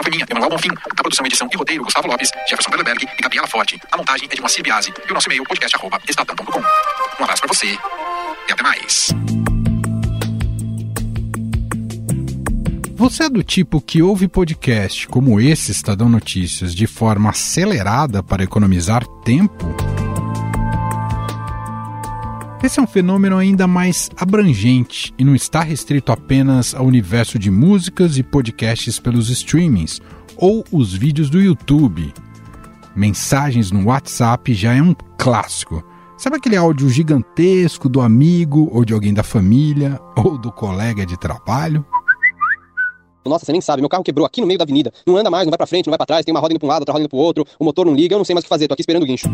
Programinha, Emanuel Bonfim. A produção, edição e roteiro, Gustavo Lopes, Jefferson Pelleberg e Gabriela Forte. A montagem é de Moacir Biasi. E o nosso e-mail, podcast@estadão.com. Um abraço pra você e até mais. Você é do tipo que ouve podcast como esse Estadão Notícias de forma acelerada para economizar tempo? Esse é um fenômeno ainda mais abrangente e não está restrito apenas ao universo de músicas e podcasts pelos streamings ou os vídeos do YouTube. Mensagens no WhatsApp já é um clássico. Sabe aquele áudio gigantesco do amigo ou de alguém da família ou do colega de trabalho? Nossa, você nem sabe, meu carro quebrou aqui no meio da avenida. Não anda mais, não vai pra frente, não vai pra trás, tem uma roda indo pra um lado, outra roda indo pro outro, o motor não liga, eu não sei mais o que fazer, tô aqui esperando o guincho.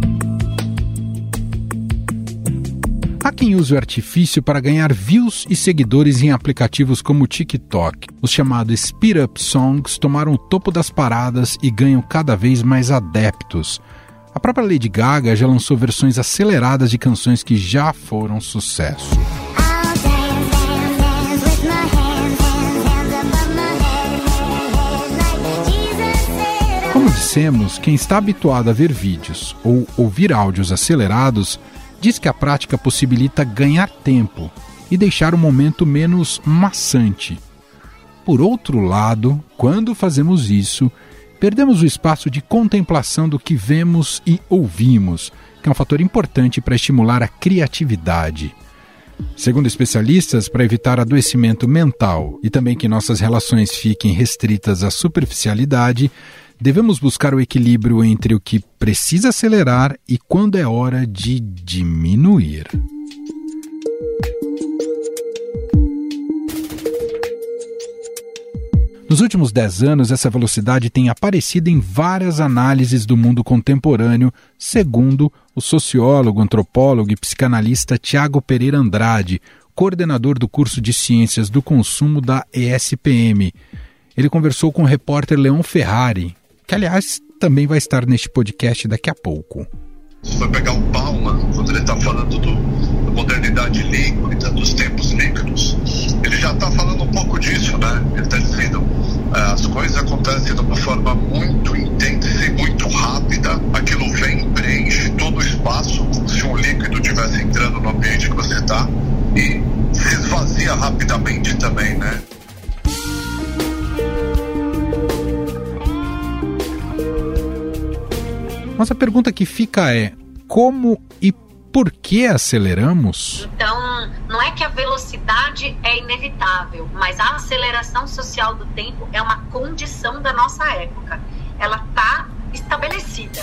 Há quem use o artifício para ganhar views e seguidores em aplicativos como o TikTok. Os chamados Speed Up Songs tomaram o topo das paradas e ganham cada vez mais adeptos. A própria Lady Gaga já lançou versões aceleradas de canções que já foram sucesso. Como dissemos, quem está habituado a ver vídeos ou ouvir áudios acelerados diz que a prática possibilita ganhar tempo e deixar o momento menos maçante. Por outro lado, quando fazemos isso, perdemos o espaço de contemplação do que vemos e ouvimos, que é um fator importante para estimular a criatividade. Segundo especialistas, para evitar adoecimento mental e também que nossas relações fiquem restritas à superficialidade, devemos buscar o equilíbrio entre o que precisa acelerar e quando é hora de diminuir. Nos últimos 10 anos, essa velocidade tem aparecido em várias análises do mundo contemporâneo, segundo o sociólogo, antropólogo e psicanalista Tiago Pereira Andrade, coordenador do curso de Ciências do Consumo da ESPM. Ele conversou com o repórter Leon Ferrari, que, aliás, também vai estar neste podcast daqui a pouco. Se for pegar o Bauman, quando ele está falando da modernidade líquida, dos tempos líquidos, ele já está falando um pouco disso, né? Ele está dizendo as coisas acontecem de uma forma muito intensa e muito rápida, aquilo vem, preenche todo o espaço, como se um líquido estivesse entrando no ambiente que você está, e se esvazia rapidamente também, né? Mas a pergunta que fica é: como e por que aceleramos? Então, não é que a velocidade é inevitável, mas a aceleração social do tempo é uma condição da nossa época. Ela está estabelecida.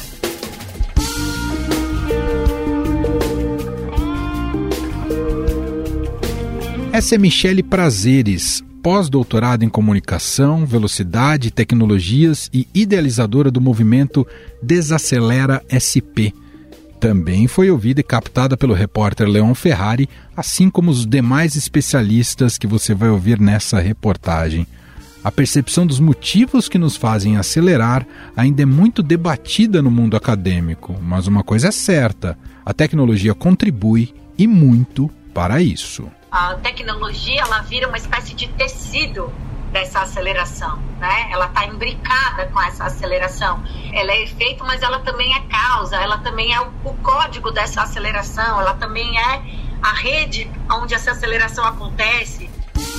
Essa é Michele Prazeres, pós-doutorado em comunicação, velocidade, tecnologias e idealizadora do movimento Desacelera SP. Também foi ouvida e captada pelo repórter Leon Ferrari, assim como os demais especialistas que você vai ouvir nessa reportagem. A percepção dos motivos que nos fazem acelerar ainda é muito debatida no mundo acadêmico, mas uma coisa é certa: a tecnologia contribui e muito para isso. A tecnologia, ela vira uma espécie de tecido dessa aceleração, né? Ela está imbricada com essa aceleração. Ela é efeito, mas ela também é causa, ela também é o código dessa aceleração, ela também é a rede onde essa aceleração acontece.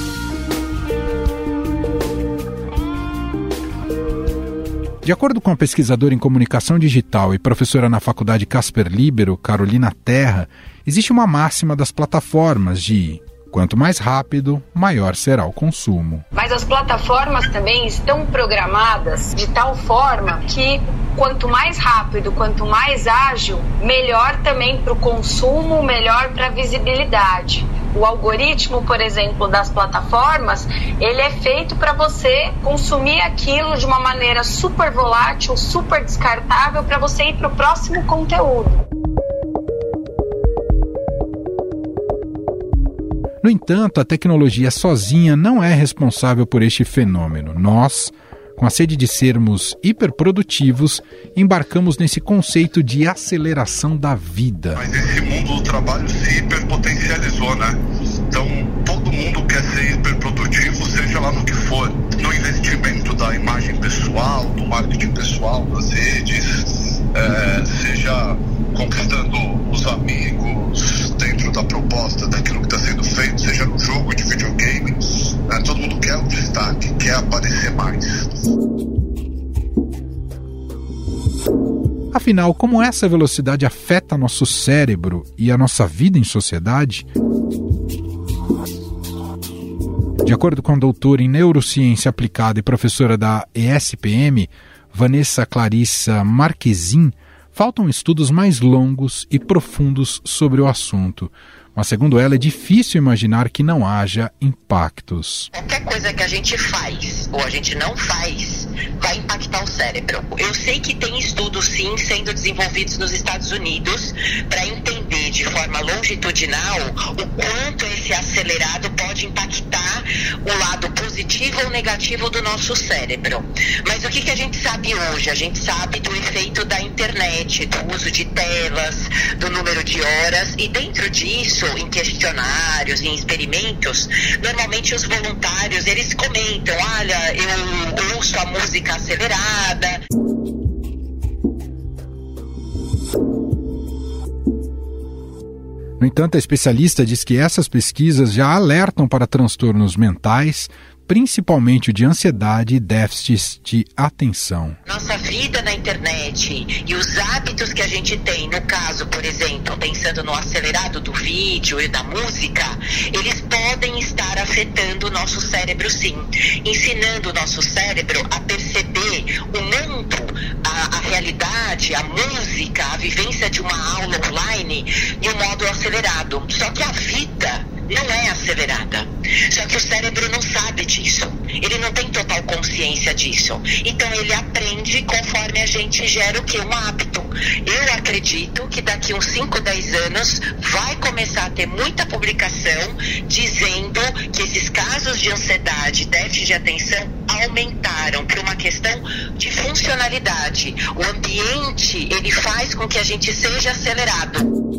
De acordo com a pesquisadora em comunicação digital e professora na Faculdade Casper Libero, Carolina Terra, existe uma máxima das plataformas de: quanto mais rápido, maior será o consumo. Mas as plataformas também estão programadas de tal forma que quanto mais rápido, quanto mais ágil, melhor também para o consumo, melhor para a visibilidade. O algoritmo, por exemplo, das plataformas, ele é feito para você consumir aquilo de uma maneira super volátil, super descartável, para você ir para o próximo conteúdo. No entanto, a tecnologia sozinha não é responsável por este fenômeno. Nós, com a sede de sermos hiperprodutivos, embarcamos nesse conceito de aceleração da vida. Mas esse mundo do trabalho se hiperpotencializou, né? Então, todo mundo quer ser hiperprodutivo, seja lá no que for, no investimento da imagem pessoal, do marketing pessoal, das redes, seja conquistando os amigos dentro da proposta daquilo que está sendo feito, seja no jogo de videogame, todo mundo quer o destaque, quer aparecer mais. Afinal, como essa velocidade afeta nosso cérebro e a nossa vida em sociedade? De acordo com a doutora em neurociência aplicada e professora da ESPM, Vanessa Clarissa Marquezin, faltam estudos mais longos e profundos sobre o assunto. Mas, segundo ela, é difícil imaginar que não haja impactos. Qualquer coisa que a gente faz ou a gente não faz vai impactar o cérebro. Eu sei que tem estudos, sim, sendo desenvolvidos nos Estados Unidos para entender de forma longitudinal o quanto esse acelerado pode impactar o lado positivo ou negativo do nosso cérebro. Mas o que a gente sabe hoje? A gente sabe do efeito da internet, do uso de telas, do número de horas, e dentro disso, em questionários, em experimentos, normalmente os voluntários, eles comentam, olha, eu ouço a música acelerada. No entanto, a especialista diz que essas pesquisas já alertam para transtornos mentais, principalmente o de ansiedade e déficits de atenção. Nossa vida na internet e os hábitos que a gente tem, no caso, por exemplo, pensando no acelerado do vídeo e da música, eles podem estar afetando o nosso cérebro, sim, ensinando o nosso cérebro a perceber o mundo, a realidade, a música, a vivência de uma aula online de um modo acelerado. Só que a vida não é acelerada. Só que o cérebro não sabe disso. Ele não tem total consciência disso. Então ele aprende conforme a gente gera o que? Um hábito. Eu acredito que daqui uns 5, 10 anos vai começar a ter muita publicação dizendo que esses casos de ansiedade, déficit de atenção aumentaram por uma questão de funcionalidade. O ambiente, ele faz com que a gente seja acelerado.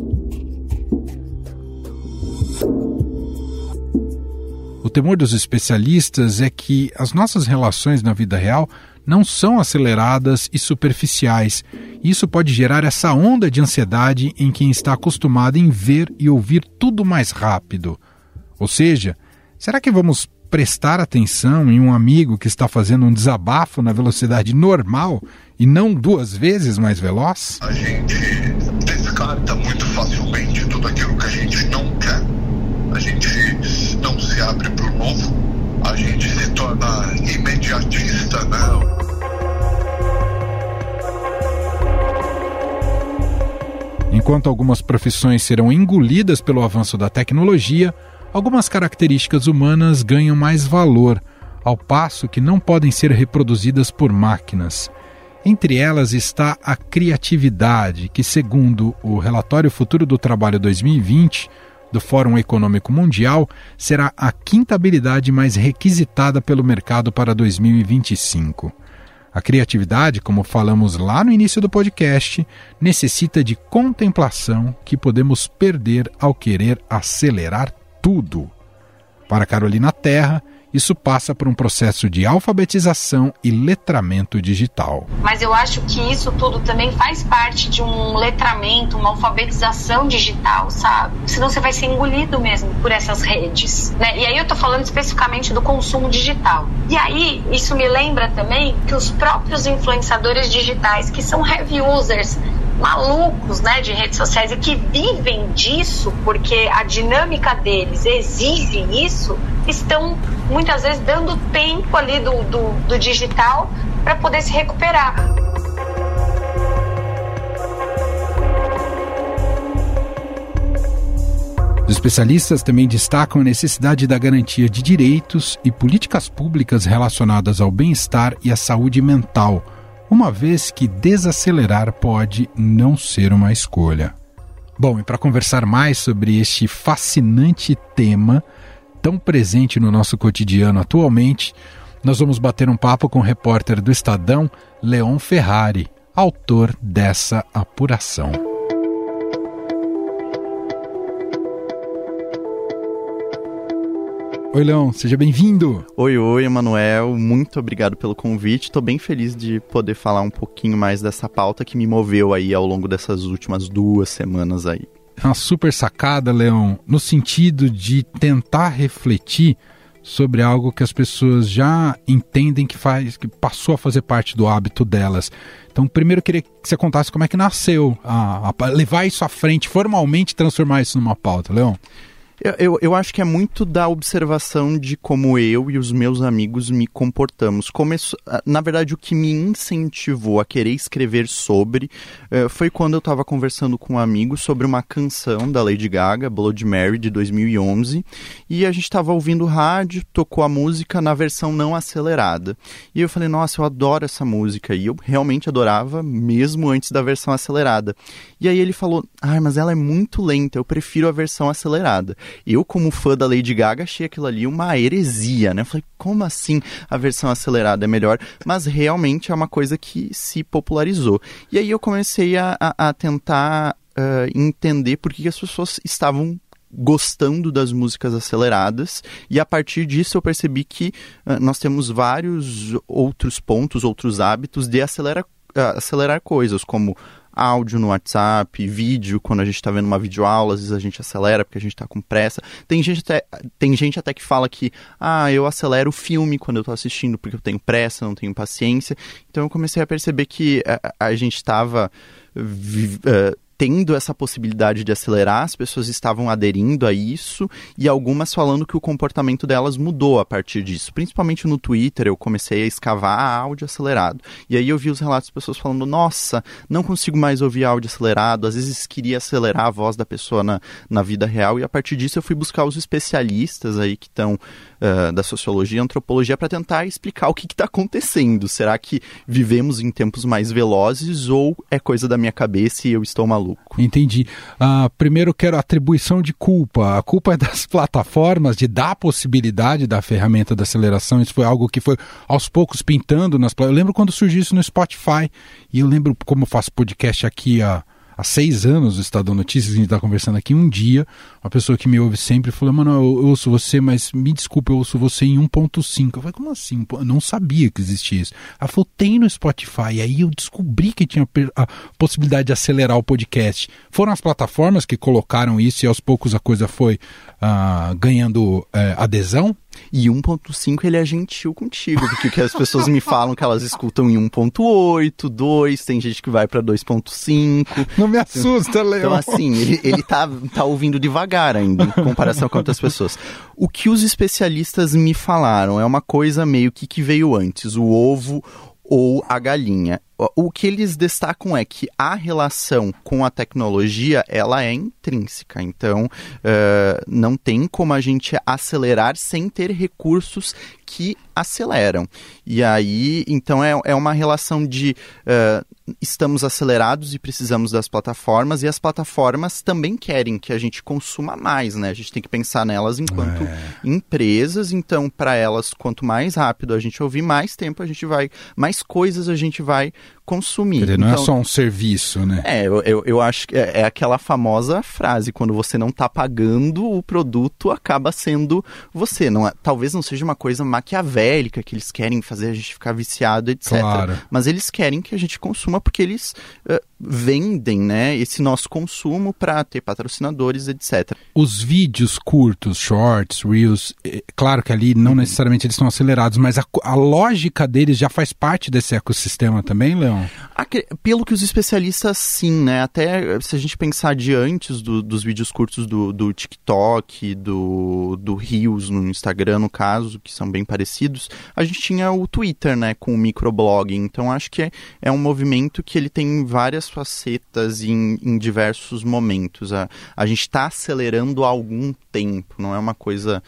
O temor dos especialistas é que as nossas relações na vida real não são aceleradas e superficiais. Isso pode gerar essa onda de ansiedade em quem está acostumado em ver e ouvir tudo mais rápido. Ou seja, será que vamos prestar atenção em um amigo que está fazendo um desabafo na velocidade normal e não 2 vezes mais veloz? A gente descarta muito facilmente tudo aquilo que a gente não quer. A gente não se abre para o novo, a gente se torna imediatista, né? Enquanto algumas profissões serão engolidas pelo avanço da tecnologia, algumas características humanas ganham mais valor, ao passo que não podem ser reproduzidas por máquinas. Entre elas está a criatividade, que, segundo o relatório Futuro do Trabalho 2020, do Fórum Econômico Mundial, será a 5ª habilidade mais requisitada pelo mercado para 2025. A criatividade, como falamos lá no início do podcast, necessita de contemplação que podemos perder ao querer acelerar tudo. Para Carolina Terra, isso passa por um processo de alfabetização e letramento digital. Mas eu acho que isso tudo também faz parte de um letramento, uma alfabetização digital, sabe? Senão você vai ser engolido mesmo por essas redes, né? E aí eu tô falando especificamente do consumo digital. E aí, isso me lembra também que os próprios influenciadores digitais, que são heavy users, malucos, né, de redes sociais e que vivem disso porque a dinâmica deles exige isso, estão muitas vezes dando tempo ali do digital para poder se recuperar. Os especialistas também destacam a necessidade da garantia de direitos e políticas públicas relacionadas ao bem-estar e à saúde mental, uma vez que desacelerar pode não ser uma escolha. Bom, e para conversar mais sobre este fascinante tema, tão presente no nosso cotidiano atualmente, nós vamos bater um papo com o repórter do Estadão, Leon Ferrari, autor dessa apuração. Oi, Leon, seja bem-vindo. Oi, Emanuel, muito obrigado pelo convite. Estou bem feliz de poder falar um pouquinho mais dessa pauta que me moveu aí ao longo dessas últimas 2 semanas aí. É uma super sacada, Leon, no sentido de tentar refletir sobre algo que as pessoas já entendem que passou a fazer parte do hábito delas. Então, primeiro eu queria que você contasse como é que nasceu a levar isso à frente, formalmente transformar isso numa pauta, Leon. Eu acho que é muito da observação de como eu e os meus amigos me comportamos. Na verdade, o que me incentivou a querer escrever sobre foi quando eu estava conversando com um amigo sobre uma canção da Lady Gaga, Bloody Mary, de 2011, e a gente estava ouvindo rádio, tocou a música na versão não acelerada. E eu falei, nossa, eu adoro essa música, e eu realmente adorava, mesmo antes da versão acelerada. E aí ele falou, mas ela é muito lenta, eu prefiro a versão acelerada. Eu, como fã da Lady Gaga, achei aquilo ali uma heresia, né? Eu falei, como assim a versão acelerada é melhor? Mas realmente é uma coisa que se popularizou. E aí eu comecei a tentar entender por que as pessoas estavam gostando das músicas aceleradas, e a partir disso eu percebi que nós temos vários outros pontos, outros hábitos de acelerar coisas, como áudio no WhatsApp, vídeo, quando a gente está vendo uma videoaula, às vezes a gente acelera porque a gente está com pressa. Tem gente até que fala que eu acelero o filme quando eu estou assistindo porque eu tenho pressa, não tenho paciência. Então eu comecei a perceber que a gente estava tendo essa possibilidade de acelerar, as pessoas estavam aderindo a isso, e algumas falando que o comportamento delas mudou a partir disso. Principalmente no Twitter, eu comecei a escavar áudio acelerado. E aí eu vi os relatos das pessoas falando, nossa, não consigo mais ouvir áudio acelerado, às vezes queria acelerar a voz da pessoa na vida real, e a partir disso eu fui buscar os especialistas aí que estão da sociologia e antropologia para tentar explicar o que está acontecendo. Será que vivemos em tempos mais velozes ou é coisa da minha cabeça e eu estou maluco? Entendi. Primeiro eu quero atribuição de culpa. A culpa é das plataformas de dar a possibilidade da ferramenta de aceleração. Isso foi algo que foi aos poucos pintando eu lembro quando surgiu isso no Spotify, e eu lembro como eu faço podcast aqui há 6 anos, o Estadão Notícias, a gente está conversando aqui, um dia, uma pessoa que me ouve sempre falou, mano, eu ouço você, mas me desculpa, eu ouço você em 1.5. Eu falei, como assim? Eu não sabia que existia isso. Ela falou, tem no Spotify. E aí eu descobri que tinha a possibilidade de acelerar o podcast. Foram as plataformas que colocaram isso e aos poucos a coisa foi ganhando adesão? E 1.5 ele é gentil contigo, porque o que as pessoas me falam que elas escutam em 1.8, 2, tem gente que vai para 2.5. Não me assusta, Leon. Então assim, ele tá ouvindo devagar ainda, em comparação com outras pessoas. O que os especialistas me falaram é uma coisa meio que veio antes, o ovo ou a galinha. O que eles destacam é que a relação com a tecnologia, ela é intrínseca. Então, não tem como a gente acelerar sem ter recursos que aceleram. E aí, então, é uma relação de estamos acelerados e precisamos das plataformas, e as plataformas também querem que a gente consuma mais, né? A gente tem que pensar nelas enquanto empresas. Então, para elas, quanto mais rápido a gente ouvir, mais tempo a gente vai, mais coisas a gente vai consumir. Quer dizer, não é só um serviço, né? Eu acho que é aquela famosa frase, quando você não está pagando, o produto acaba sendo você. Talvez não seja uma coisa maquiavélica que eles querem fazer a gente ficar viciado, etc. Claro. Mas eles querem que a gente consuma porque eles vendem, né, esse nosso consumo para ter patrocinadores, etc. Os vídeos curtos, shorts, reels, claro que ali não necessariamente eles estão acelerados, mas a lógica deles já faz parte desse ecossistema também, Leon? Pelo que os especialistas, sim, né? Até se a gente pensar de antes dos vídeos curtos do TikTok, do Reels no Instagram, no caso, que são bem parecidos, a gente tinha o Twitter, né, com o microblogging. Então, acho que é um movimento que ele tem várias facetas em diversos momentos. A gente está acelerando há algum tempo, não é uma coisa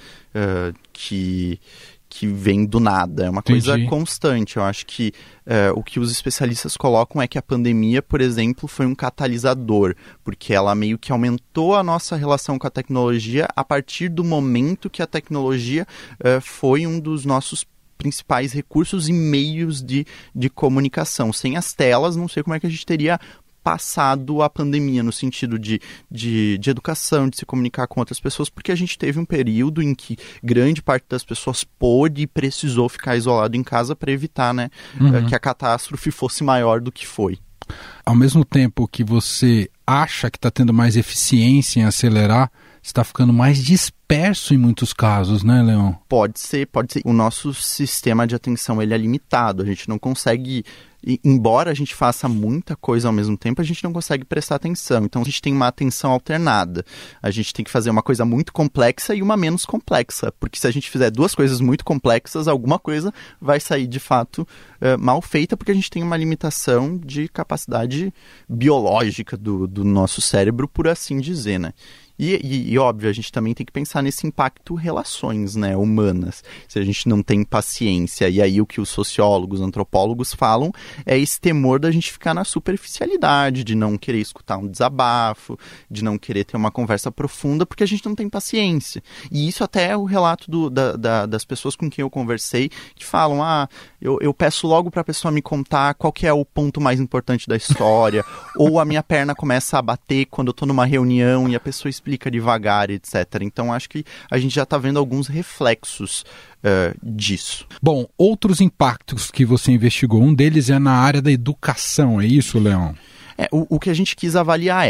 que vem do nada, é uma coisa constante. Eu acho que o que os especialistas colocam é que a pandemia, por exemplo, foi um catalisador, porque ela meio que aumentou a nossa relação com a tecnologia a partir do momento que a tecnologia foi um dos nossos principais recursos e meios de comunicação. Sem as telas, não sei como é que a gente teria passado a pandemia, no sentido de educação, de se comunicar com outras pessoas, porque a gente teve um período em que grande parte das pessoas pôde e precisou ficar isolado em casa para evitar, né, que a catástrofe fosse maior do que foi. Ao mesmo tempo que você acha que está tendo mais eficiência em acelerar, está ficando mais disperso em muitos casos, né, Leon? Pode ser. O nosso sistema de atenção ele é limitado, a gente não consegue... Embora a gente faça muita coisa ao mesmo tempo, a gente não consegue prestar atenção. Então a gente tem uma atenção alternada. A gente tem que fazer uma coisa muito complexa e uma menos complexa. Porque se a gente fizer duas coisas muito complexas, alguma coisa vai sair de fato mal feita, porque a gente tem uma limitação de capacidade biológica do nosso cérebro, por assim dizer, né? E óbvio, a gente também tem que pensar nesse impacto relações, né, humanas. Se a gente não tem paciência, e aí o que os sociólogos, antropólogos falam é esse temor da gente ficar na superficialidade, de não querer escutar um desabafo, de não querer ter uma conversa profunda, porque a gente não tem paciência. E isso até é o relato das pessoas com quem eu conversei, que falam, eu peço logo para a pessoa me contar qual que é o ponto mais importante da história, ou a minha perna começa a bater quando eu estou numa reunião e a pessoa explica devagar, etc. Então, acho que a gente já está vendo alguns reflexos disso. Bom, outros impactos que você investigou, um deles é na área da educação, é isso, Leon? O que a gente quis avaliar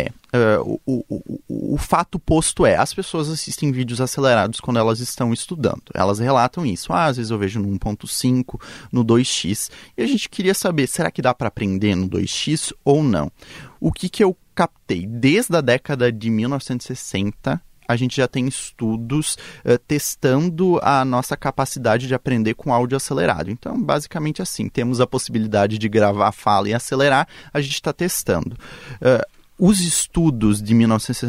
o fato posto as pessoas assistem vídeos acelerados quando elas estão estudando. Elas relatam isso. Às vezes eu vejo no 1.5, no 2x. E a gente queria saber, será que dá para aprender no 2x ou não? O que eu captei? Desde a década de 1960, a gente já tem estudos testando a nossa capacidade de aprender com áudio acelerado. Então, basicamente assim, temos a possibilidade de gravar a fala e acelerar, a gente está testando. Os estudos de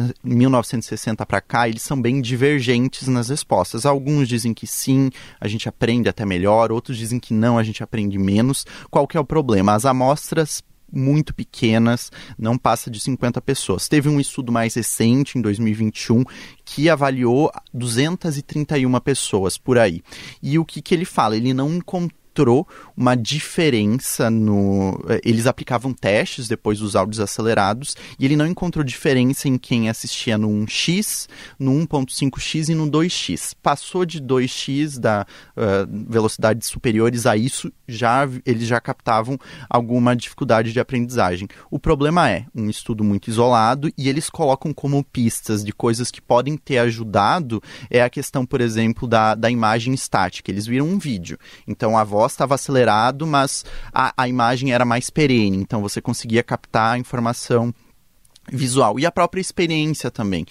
1960 para cá, eles são bem divergentes nas respostas. Alguns dizem que sim, a gente aprende até melhor, outros dizem que não, a gente aprende menos. Qual que é o problema? As amostras muito pequenas, não passa de 50 pessoas. Teve um estudo mais recente, em 2021, que avaliou 231 pessoas por aí. E o que ele fala? Ele não encontrou uma diferença Eles aplicavam testes depois dos áudios acelerados e ele não encontrou diferença em quem assistia no 1x, no 1.5x e no 2x. Passou de 2x da velocidades superiores a isso, eles já captavam alguma dificuldade de aprendizagem. O problema é um estudo muito isolado e eles colocam como pistas de coisas que podem ter ajudado a questão, por exemplo, da imagem estática. Eles viram um vídeo, então a voz estava acelerado, mas a imagem era mais perene, então você conseguia captar a informação visual. E a própria experiência também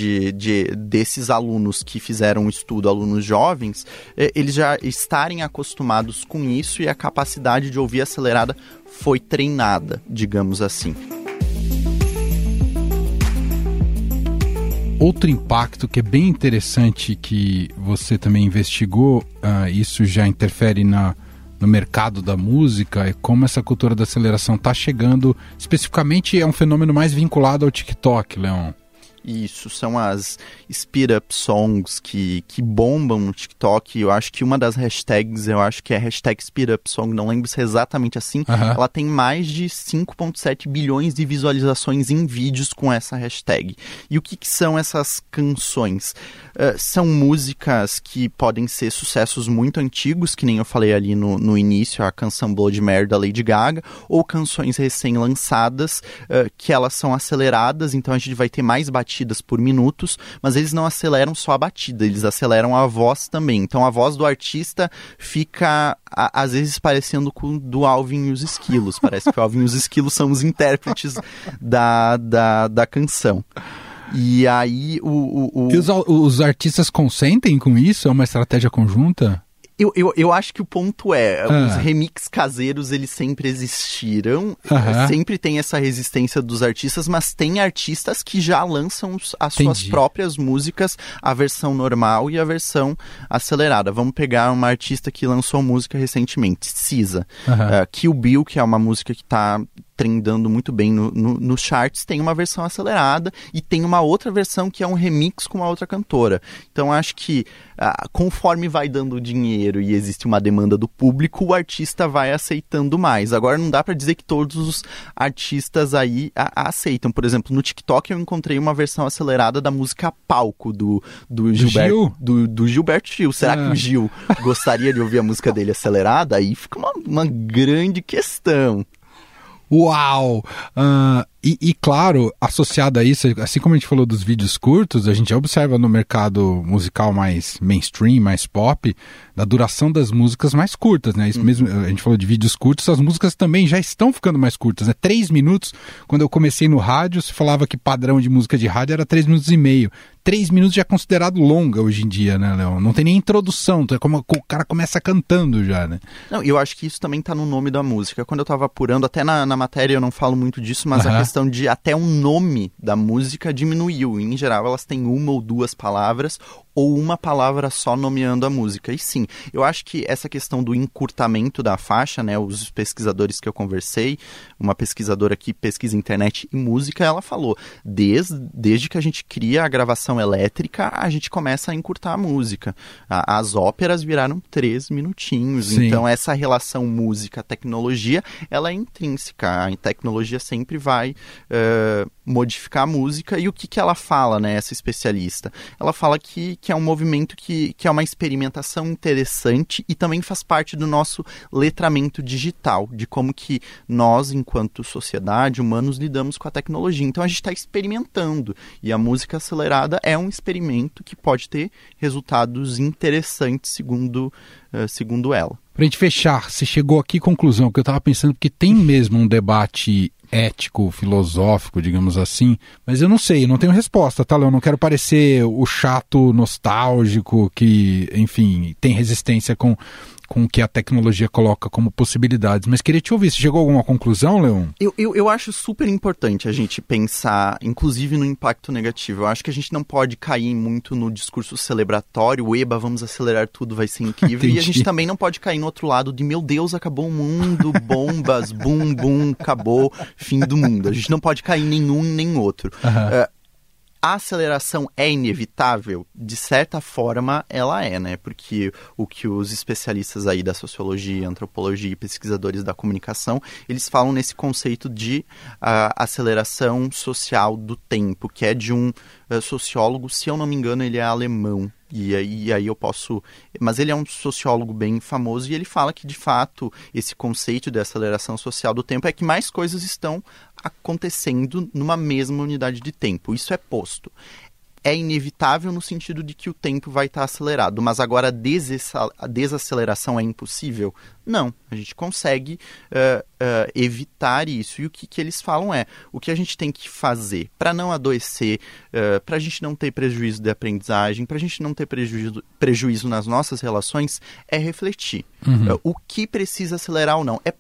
desses alunos que fizeram um estudo, alunos jovens, eles já estarem acostumados com isso e a capacidade de ouvir acelerada foi treinada, digamos assim. Outro impacto que é bem interessante que você também investigou, isso já interfere no mercado da música, é como essa cultura da aceleração está chegando, especificamente é um fenômeno mais vinculado ao TikTok, Leon. Isso, são as speed-up songs que bombam no TikTok. Eu acho que uma das hashtags, é a hashtag speed-up-song, não lembro se é exatamente assim, ela tem mais de 5,7 bilhões de visualizações em vídeos com essa hashtag. E o que são essas canções? São músicas que podem ser sucessos muito antigos, que nem eu falei ali no início, a canção Blood Mary da Lady Gaga, ou canções recém-lançadas, que elas são aceleradas, então a gente vai ter mais batidas por minutos, mas eles não aceleram só a batida, eles aceleram a voz também. Então a voz do artista fica, às vezes, parecendo com do Alvin e os Esquilos. Parece que o Alvin e os Esquilos são os intérpretes da canção. E aí E os artistas consentem com isso? É uma estratégia conjunta? Eu acho que o ponto os remix caseiros, eles sempre existiram, sempre tem essa resistência dos artistas, mas tem artistas que já lançam as suas próprias músicas, a versão normal e a versão acelerada. Vamos pegar uma artista que lançou música recentemente, SZA, Kill Bill, que é uma música que tá trendando muito bem nos charts, tem uma versão acelerada e tem uma outra versão que é um remix com uma outra cantora. Então acho que conforme vai dando dinheiro e existe uma demanda do público, o artista vai aceitando mais. Agora não dá para dizer que todos os artistas aí aceitam. Por exemplo, no TikTok eu encontrei uma versão acelerada da música Palco do Gilberto Gil. Será que o Gil gostaria de ouvir a música dele acelerada? Aí fica uma grande questão. Uau! E claro, associado a isso, assim como a gente falou dos vídeos curtos, a gente observa no mercado musical mais mainstream, mais pop, da duração das músicas mais curtas, né? Isso mesmo, a gente falou de vídeos curtos, as músicas também já estão ficando mais curtas, né? 3 minutos, quando eu comecei no rádio, se falava que padrão de música de rádio era 3 minutos e meio. 3 minutos já é considerado longa hoje em dia, né, Leon? Não tem nem introdução, é como o cara começa cantando já, né? Não, eu acho que isso também tá no nome da música. Quando eu tava apurando, até na matéria eu não falo muito disso, mas a questão de até um nome da música diminuiu. Em geral, elas têm 1 ou 2 palavras ou uma palavra só nomeando a música. E sim, eu acho que essa questão do encurtamento da faixa, né, os pesquisadores que eu conversei, uma pesquisadora que pesquisa internet e música, ela falou, desde que a gente cria a gravação elétrica, a gente começa a encurtar a música. As óperas viraram 3 minutinhos. Sim. Então essa relação música-tecnologia, ela é intrínseca. A tecnologia sempre vai modificar a música. E o que ela fala, né, essa especialista? Ela fala que é um movimento que é uma experimentação interessante e também faz parte do nosso letramento digital, de como que nós, enquanto sociedade, humanos, lidamos com a tecnologia. Então a gente está experimentando e a música acelerada é um experimento que pode ter resultados interessantes, segundo ela. Pra gente fechar, você chegou aqui à conclusão, que eu estava pensando, porque tem mesmo um debate ético, filosófico, digamos assim, mas eu não sei, não tenho resposta, tá, Léo? Não quero parecer o chato nostálgico que, enfim, tem resistência com o que a tecnologia coloca como possibilidades, mas queria te ouvir, você chegou a alguma conclusão, Leon? Eu acho super importante a gente pensar, inclusive no impacto negativo. Eu acho que a gente não pode cair muito no discurso celebratório, eba, vamos acelerar tudo, vai ser incrível, e a gente também não pode cair no outro lado de, meu Deus, acabou o mundo, bombas, bum, bum, acabou, fim do mundo. A gente não pode cair nenhum nem outro. A aceleração é inevitável? De certa forma, ela é, né? Porque o que os especialistas aí da sociologia, antropologia e pesquisadores da comunicação, eles falam nesse conceito de aceleração social do tempo, que é de um sociólogo, se eu não me engano, ele é alemão. E aí eu posso... Mas ele é um sociólogo bem famoso e ele fala que, de fato, esse conceito de aceleração social do tempo é que mais coisas estão acontecendo numa mesma unidade de tempo. Isso é posto. É inevitável no sentido de que o tempo vai estar acelerado, mas agora a desaceleração é impossível? Não, a gente consegue evitar isso. E o que eles falam é, o que a gente tem que fazer para não adoecer, para a gente não ter prejuízo de aprendizagem, para a gente não ter prejuízo nas nossas relações, é refletir. O que precisa acelerar ou não.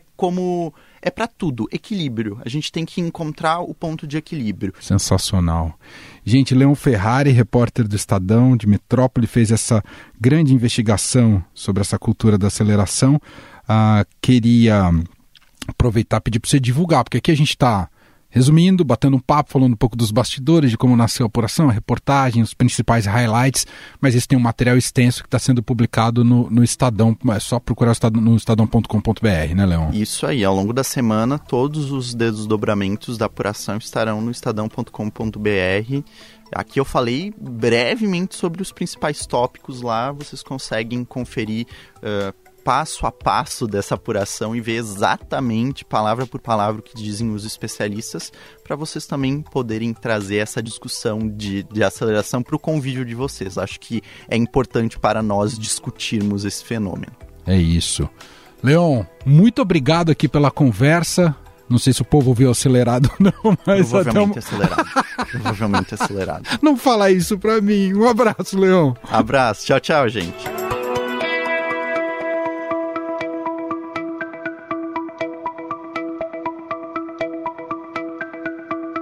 É para tudo, equilíbrio. A gente tem que encontrar o ponto de equilíbrio. Sensacional. Gente, Leon Ferrari, repórter do Estadão de Metrópole, fez essa grande investigação sobre essa cultura da aceleração. Queria aproveitar e pedir para você divulgar, porque aqui a gente está resumindo, batendo um papo, falando um pouco dos bastidores, de como nasceu a apuração, a reportagem, os principais highlights, mas esse tem um material extenso que está sendo publicado no Estadão, é só procurar no estadão.com.br, né, Leon? Isso aí, ao longo da semana, todos os desdobramentos da apuração estarão no estadão.com.br. Aqui eu falei brevemente sobre os principais tópicos lá, vocês conseguem conferir passo a passo dessa apuração e ver exatamente, palavra por palavra, o que dizem os especialistas, para vocês também poderem trazer essa discussão de aceleração para o convívio de vocês. Acho que é importante para nós discutirmos esse fenômeno. É isso. Leon, muito obrigado aqui pela conversa. Não sei se o povo ouviu acelerado ou não, mas Provavelmente acelerado. Não fala isso pra mim. Um abraço, Leon. Abraço. Tchau, tchau, gente.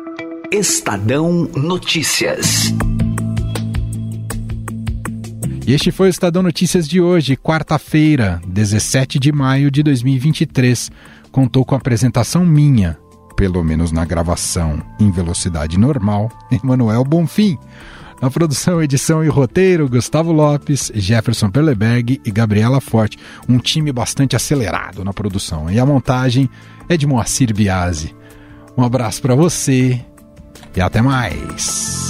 Estadão Notícias. E este foi o Estadão Notícias de hoje, quarta-feira, 17 de maio de 2023. Contou com a apresentação minha, pelo menos na gravação em velocidade normal, Emanuel Bonfim. Na produção, edição e roteiro, Gustavo Lopes, Jefferson Perleberg e Gabriela Forte. Um time bastante acelerado na produção. E a montagem é de Moacir Biasi. Um abraço para você e até mais.